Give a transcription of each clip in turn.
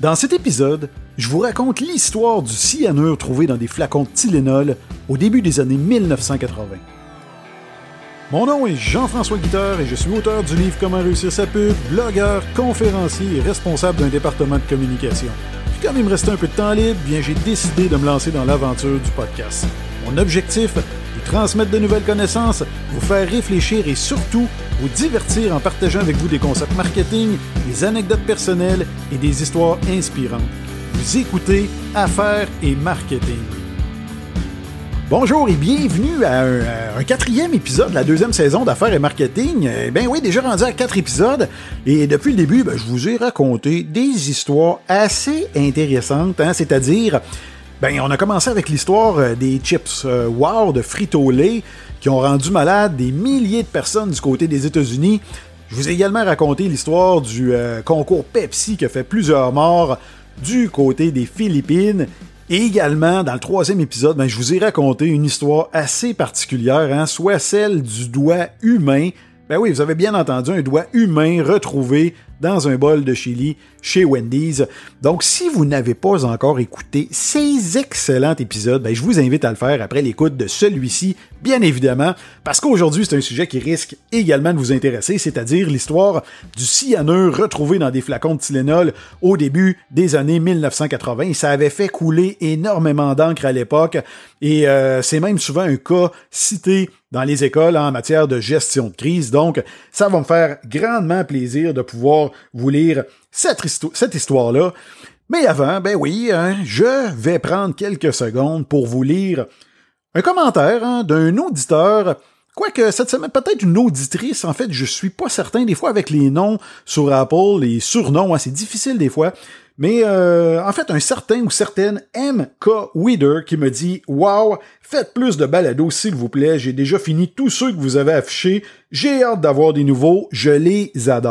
Dans cet épisode, je vous raconte l'histoire du cyanure trouvé dans des flacons de Tylenol au début des années 1980. Mon nom est Jean-François Guitard et je suis auteur du livre Comment réussir sa pub, blogueur, conférencier et responsable d'un département de communication. Puis comme il me restait un peu de temps libre, bien j'ai décidé de me lancer dans l'aventure du podcast. Mon objectif, vous transmettre de nouvelles connaissances, vous faire réfléchir et surtout vous divertir en partageant avec vous des concepts marketing, des anecdotes personnelles et des histoires inspirantes. Vous écoutez Affaires et Marketing. Bonjour et bienvenue à un quatrième épisode de la deuxième saison d'Affaires et Marketing. Ben oui, déjà rendu à 4 épisodes. Et depuis le début, je vous ai raconté des histoires assez intéressantes, c'est-à-dire... on a commencé avec l'histoire des chips Wow de Frito-Lay qui ont rendu malades des milliers de personnes du côté des États-Unis. Je vous ai également raconté l'histoire du concours Pepsi qui a fait plusieurs morts du côté des Philippines. Et également, dans le troisième épisode, je vous ai raconté une histoire assez particulière, soit celle du doigt humain. Ben oui, vous avez bien entendu, un doigt humain retrouvé dans un bol de chili chez Wendy's. Donc, si vous n'avez pas encore écouté ces excellents épisodes, je vous invite à le faire après l'écoute de celui-ci, bien évidemment, parce qu'aujourd'hui, c'est un sujet qui risque également de vous intéresser, c'est-à-dire l'histoire du cyanure retrouvé dans des flacons de Tylenol au début des années 1980. Ça avait fait couler énormément d'encre à l'époque, et c'est même souvent un cas cité dans les écoles en matière de gestion de crise. Donc, ça va me faire grandement plaisir de pouvoir vous lire cette histoire-là. Mais avant, je vais prendre quelques secondes pour vous lire un commentaire d'un auditeur. Quoique, cette semaine, peut-être une auditrice. En fait, je suis pas certain. Des fois, avec les noms sur Apple, les surnoms, c'est difficile des fois. Mais en fait, un certain ou certaine MK Weeder qui me dit « Wow, faites plus de balados s'il vous plaît, j'ai déjà fini tous ceux que vous avez affichés, j'ai hâte d'avoir des nouveaux, je les adore. »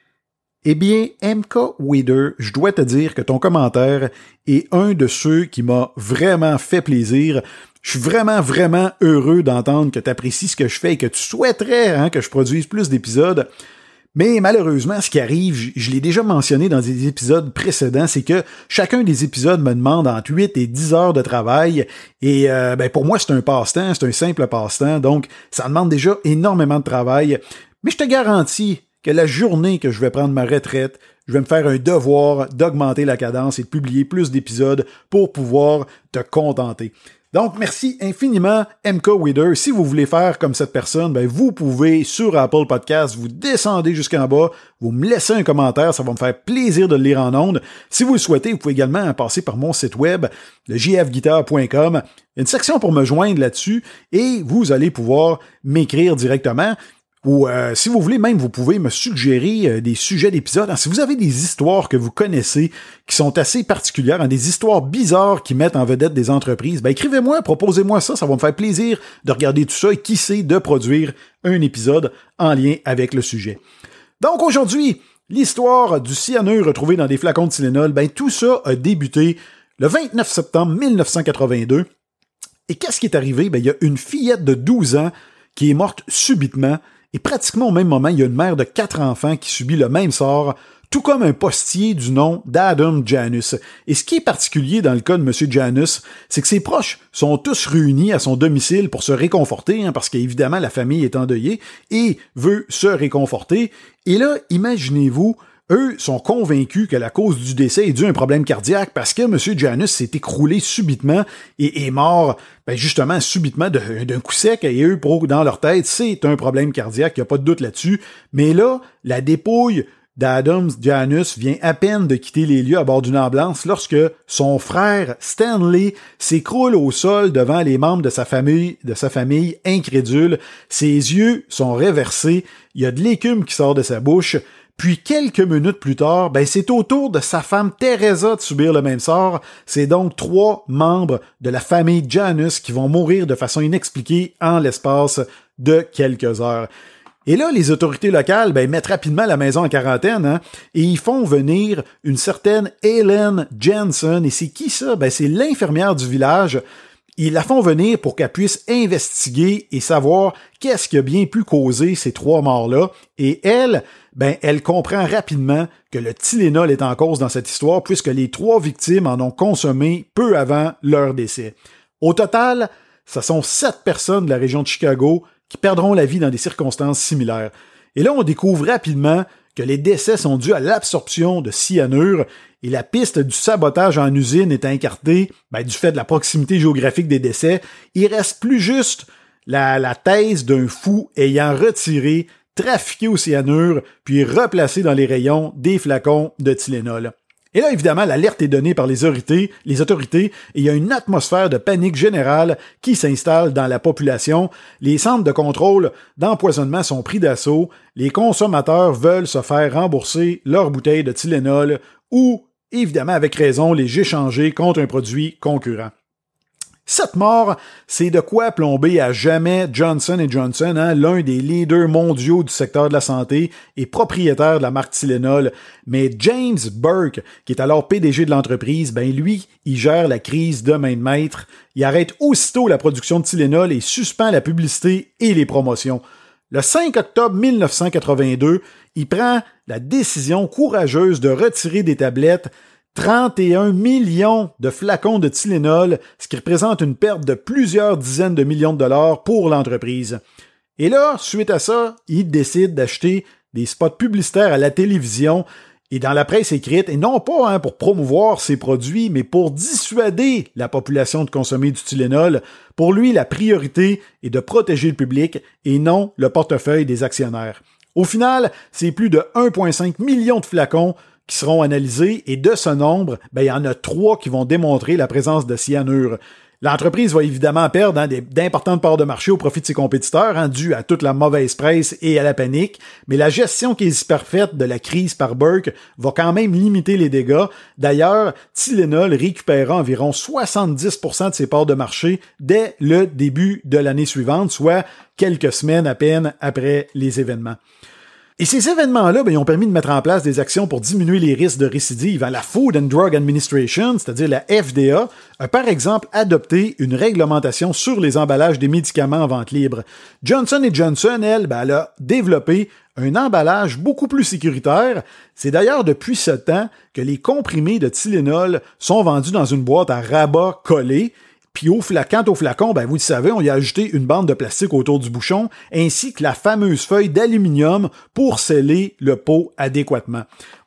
Eh bien, MK Weeder, je dois te dire que ton commentaire est un de ceux qui m'a vraiment fait plaisir. Je suis vraiment, vraiment heureux d'entendre que tu apprécies ce que je fais et que tu souhaiterais que je produise plus d'épisodes. Mais malheureusement, ce qui arrive, je l'ai déjà mentionné dans des épisodes précédents, c'est que chacun des épisodes me demande entre 8 et 10 heures de travail. Et pour moi, c'est un passe-temps, c'est un simple passe-temps, donc ça demande déjà énormément de travail. Mais je te garantis que la journée que je vais prendre ma retraite, je vais me faire un devoir d'augmenter la cadence et de publier plus d'épisodes pour pouvoir te contenter. Donc, merci infiniment, MK Weeder. Si vous voulez faire comme cette personne, vous pouvez, sur Apple Podcasts, vous descendez jusqu'en bas, vous me laissez un commentaire, ça va me faire plaisir de le lire en ondes. Si vous le souhaitez, vous pouvez également passer par mon site web, le jfguitar.com. Il y a une section pour me joindre là-dessus et vous allez pouvoir m'écrire directement. Ou si vous voulez même, vous pouvez me suggérer des sujets d'épisodes. Si vous avez des histoires que vous connaissez qui sont assez particulières, des histoires bizarres qui mettent en vedette des entreprises, écrivez-moi, proposez-moi ça va me faire plaisir de regarder tout ça et qui sait de produire un épisode en lien avec le sujet. Donc aujourd'hui, l'histoire du cyanure retrouvé dans des flacons de Tylenol, tout ça a débuté le 29 septembre 1982. Et qu'est-ce qui est arrivé? Il y a une fillette de 12 ans qui est morte subitement. Et pratiquement au même moment, il y a une mère de 4 enfants qui subit le même sort, tout comme un postier du nom d'Adam Janus. Et ce qui est particulier dans le cas de M. Janus, c'est que ses proches sont tous réunis à son domicile pour se réconforter, parce qu'évidemment, la famille est endeuillée et veut se réconforter. Et là, imaginez-vous, eux sont convaincus que la cause du décès est due à un problème cardiaque parce que M. Janus s'est écroulé subitement et est mort justement subitement d'un coup sec. Et eux, dans leur tête, c'est un problème cardiaque, il n'y a pas de doute là-dessus. Mais là, la dépouille d'Adam Janus vient à peine de quitter les lieux à bord d'une ambulance lorsque son frère Stanley s'écroule au sol devant les membres de sa famille incrédule. Ses yeux sont réversés, il y a de l'écume qui sort de sa bouche. Puis quelques minutes plus tard, c'est au tour de sa femme Teresa de subir le même sort. C'est donc 3 membres de la famille Janus qui vont mourir de façon inexpliquée en l'espace de quelques heures. Et là, les autorités locales mettent rapidement la maison en quarantaine et ils font venir une certaine Helen Jensen. Et c'est qui ça? C'est l'infirmière du village. Ils la font venir pour qu'elle puisse investiguer et savoir qu'est-ce qui a bien pu causer ces 3 morts-là. Et elle, ben elle comprend rapidement que le Tylenol est en cause dans cette histoire puisque les 3 victimes en ont consommé peu avant leur décès. Au total, ce sont 7 personnes de la région de Chicago qui perdront la vie dans des circonstances similaires. Et là, on découvre rapidement que les décès sont dus à l'absorption de cyanure et la piste du sabotage en usine étant écartée du fait de la proximité géographique des décès, il reste plus juste la thèse d'un fou ayant retiré, trafiqué au cyanure, puis replacé dans les rayons des flacons de Tylenol. Et là, évidemment, l'alerte est donnée par les autorités, et il y a une atmosphère de panique générale qui s'installe dans la population. Les centres de contrôle d'empoisonnement sont pris d'assaut. Les consommateurs veulent se faire rembourser leurs bouteilles de Tylenol ou, évidemment, avec raison, les échanger contre un produit concurrent. Cette mort, c'est de quoi plomber à jamais Johnson & Johnson, l'un des leaders mondiaux du secteur de la santé et propriétaire de la marque Tylenol. Mais James Burke, qui est alors PDG de l'entreprise, lui, il gère la crise de main de maître. Il arrête aussitôt la production de Tylenol et suspend la publicité et les promotions. Le 5 octobre 1982, il prend la décision courageuse de retirer des tablettes 31 millions de flacons de Tylenol, ce qui représente une perte de plusieurs dizaines de millions de dollars pour l'entreprise. Et là, suite à ça, il décide d'acheter des spots publicitaires à la télévision et dans la presse écrite, et non pas pour promouvoir ses produits, mais pour dissuader la population de consommer du Tylenol. Pour lui, la priorité est de protéger le public et non le portefeuille des actionnaires. Au final, c'est plus de 1,5 million de flacons qui seront analysés, et de ce nombre, il y en a 3 qui vont démontrer la présence de cyanure. L'entreprise va évidemment perdre d'importantes parts de marché au profit de ses compétiteurs, dû à toute la mauvaise presse et à la panique, mais la gestion quasi parfaite de la crise par Burke va quand même limiter les dégâts. D'ailleurs, Tylenol récupérera environ 70% de ses parts de marché dès le début de l'année suivante, soit quelques semaines à peine après les événements. Et ces événements-là, ils ont permis de mettre en place des actions pour diminuer les risques de récidive. La Food and Drug Administration, c'est-à-dire la FDA, a par exemple adopté une réglementation sur les emballages des médicaments en vente libre. Johnson & Johnson, elle a développé un emballage beaucoup plus sécuritaire. C'est d'ailleurs depuis ce temps que les comprimés de Tylenol sont vendus dans une boîte à rabat collé. Puis quant au flacon, vous le savez, on y a ajouté une bande de plastique autour du bouchon, ainsi que la fameuse feuille d'aluminium pour sceller le pot adéquatement.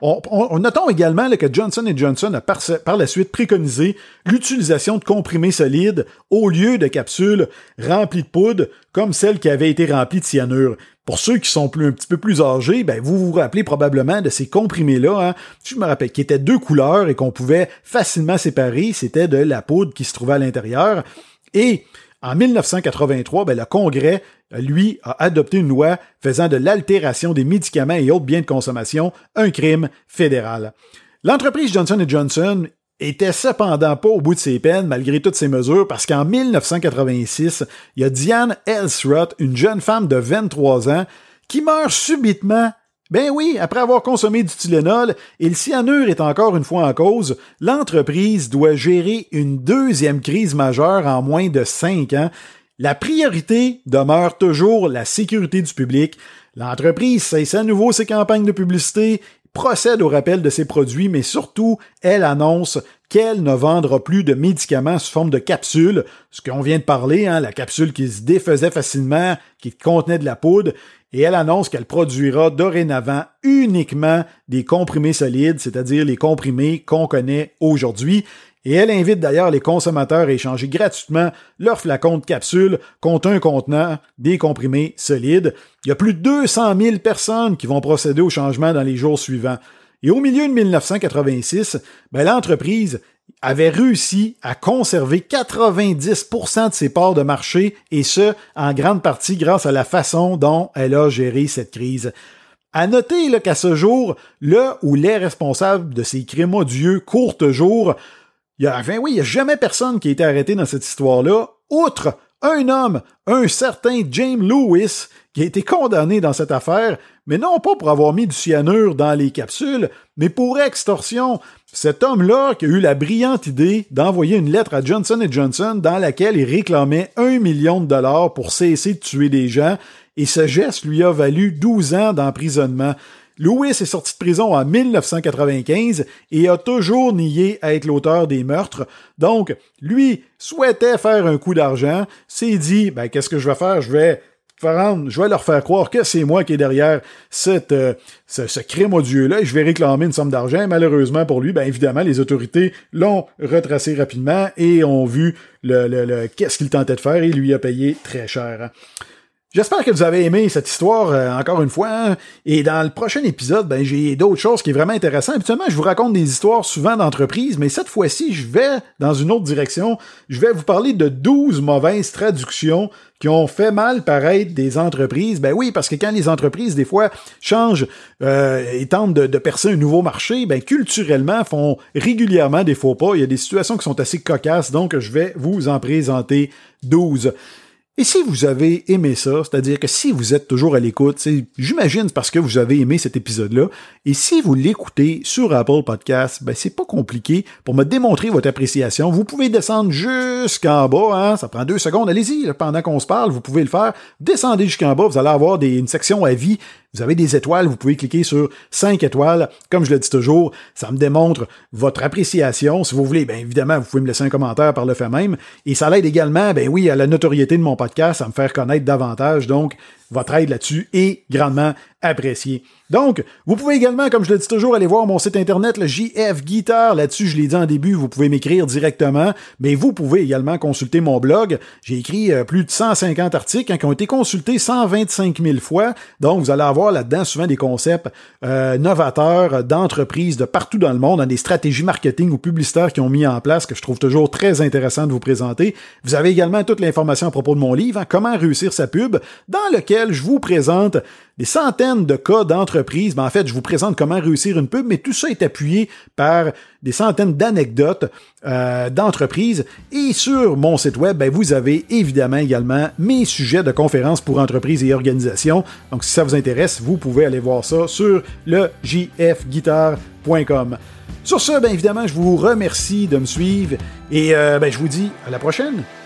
Notons également que Johnson & Johnson a par la suite préconisé l'utilisation de comprimés solides au lieu de capsules remplies de poudre, comme celle qui avait été remplie de cyanure. Pour ceux qui sont un petit peu plus âgés, vous vous rappelez probablement de ces comprimés-là, je me rappelle, qui étaient 2 couleurs et qu'on pouvait facilement séparer. C'était de la poudre qui se trouvait à l'intérieur. Et en 1983, le Congrès, lui, a adopté une loi faisant de l'altération des médicaments et autres biens de consommation un crime fédéral. L'entreprise Johnson & Johnson était cependant pas au bout de ses peines malgré toutes ces mesures parce qu'en 1986, il y a Diane Ellsworth, une jeune femme de 23 ans, qui meurt subitement. Après avoir consommé du Tylenol, et le cyanure est encore une fois en cause, l'entreprise doit gérer une 2e crise majeure en moins de 5 ans. La priorité demeure toujours la sécurité du public. L'entreprise cesse à nouveau ses campagnes de publicité, procède au rappel de ses produits, mais surtout, elle annonce qu'elle ne vendra plus de médicaments sous forme de capsules, ce qu'on vient de parler, la capsule qui se défaisait facilement, qui contenait de la poudre, et elle annonce qu'elle produira dorénavant uniquement des comprimés solides, c'est-à-dire les comprimés qu'on connaît aujourd'hui. Et elle invite d'ailleurs les consommateurs à échanger gratuitement leurs flacons de capsules contre un contenant des comprimés solides. Il y a plus de 200 000 personnes qui vont procéder au changement dans les jours suivants. Et au milieu de 1986, l'entreprise avait réussi à conserver 90% de ses parts de marché, et ce, en grande partie grâce à la façon dont elle a géré cette crise. À noter qu'à ce jour, le ou les responsables de ces crimes odieux courent toujours. Il y a jamais personne qui a été arrêté dans cette histoire-là, outre un homme, un certain James Lewis, qui a été condamné dans cette affaire, mais non pas pour avoir mis du cyanure dans les capsules, mais pour extorsion. Cet homme-là qui a eu la brillante idée d'envoyer une lettre à Johnson & Johnson dans laquelle il réclamait 1 million de dollars pour cesser de tuer des gens, et ce geste lui a valu 12 ans d'emprisonnement. Lewis est sorti de prison en 1995 et a toujours nié être l'auteur des meurtres. Donc, lui souhaitait faire un coup d'argent, s'est dit, qu'est-ce que je vais faire? Je vais leur faire croire que c'est moi qui est derrière ce crime odieux-là et je vais réclamer une somme d'argent. Et malheureusement pour lui, évidemment, les autorités l'ont retracé rapidement et ont vu qu'est-ce qu'il tentait de faire et il lui a payé très cher. J'espère que vous avez aimé cette histoire, encore une fois, hein? Et dans le prochain épisode, j'ai d'autres choses qui est vraiment intéressant. Habituellement, je vous raconte des histoires souvent d'entreprises, mais cette fois-ci, je vais dans une autre direction. Je vais vous parler de 12 mauvaises traductions qui ont fait mal paraître des entreprises. Oui, parce que quand les entreprises, des fois, changent et tentent de percer un nouveau marché, culturellement, font régulièrement des faux pas. Il y a des situations qui sont assez cocasses, donc je vais vous en présenter 12. Et si vous avez aimé ça, c'est-à-dire que si vous êtes toujours à l'écoute, j'imagine c'est parce que vous avez aimé cet épisode-là, et si vous l'écoutez sur Apple Podcasts, c'est pas compliqué. Pour me démontrer votre appréciation, vous pouvez descendre jusqu'en bas, hein, ça prend 2 secondes, allez-y, pendant qu'on se parle, vous pouvez le faire. Descendez jusqu'en bas, vous allez avoir une section avis. Vous avez des étoiles, vous pouvez cliquer sur 5 étoiles. Comme je le dis toujours, ça me démontre votre appréciation. Si vous voulez, évidemment, vous pouvez me laisser un commentaire par le fait même. Et ça l'aide également, à la notoriété de mon podcast, à me faire connaître davantage. Donc, votre aide là-dessus est grandement appréciée. Donc, vous pouvez également, comme je le dis toujours, aller voir mon site internet, le JF Guitar. Là-dessus, je l'ai dit en début, vous pouvez m'écrire directement, mais vous pouvez également consulter mon blog. J'ai écrit plus de 150 articles qui ont été consultés 125 000 fois. Donc, vous allez avoir là-dedans souvent des concepts novateurs d'entreprises de partout dans le monde, dans des stratégies marketing ou publicitaires qui ont mis en place, que je trouve toujours très intéressant de vous présenter. Vous avez également toute l'information à propos de mon livre, hein, Comment réussir sa pub, dans lequel je vous présente des centaines de cas d'entreprises. En fait, je vous présente comment réussir une pub, mais tout ça est appuyé par des centaines d'anecdotes d'entreprises. Et sur mon site web, vous avez évidemment également mes sujets de conférences pour entreprises et organisations. Donc, si ça vous intéresse, vous pouvez aller voir ça sur le jfguitar.com. Sur ce, évidemment, je vous remercie de me suivre et je vous dis à la prochaine.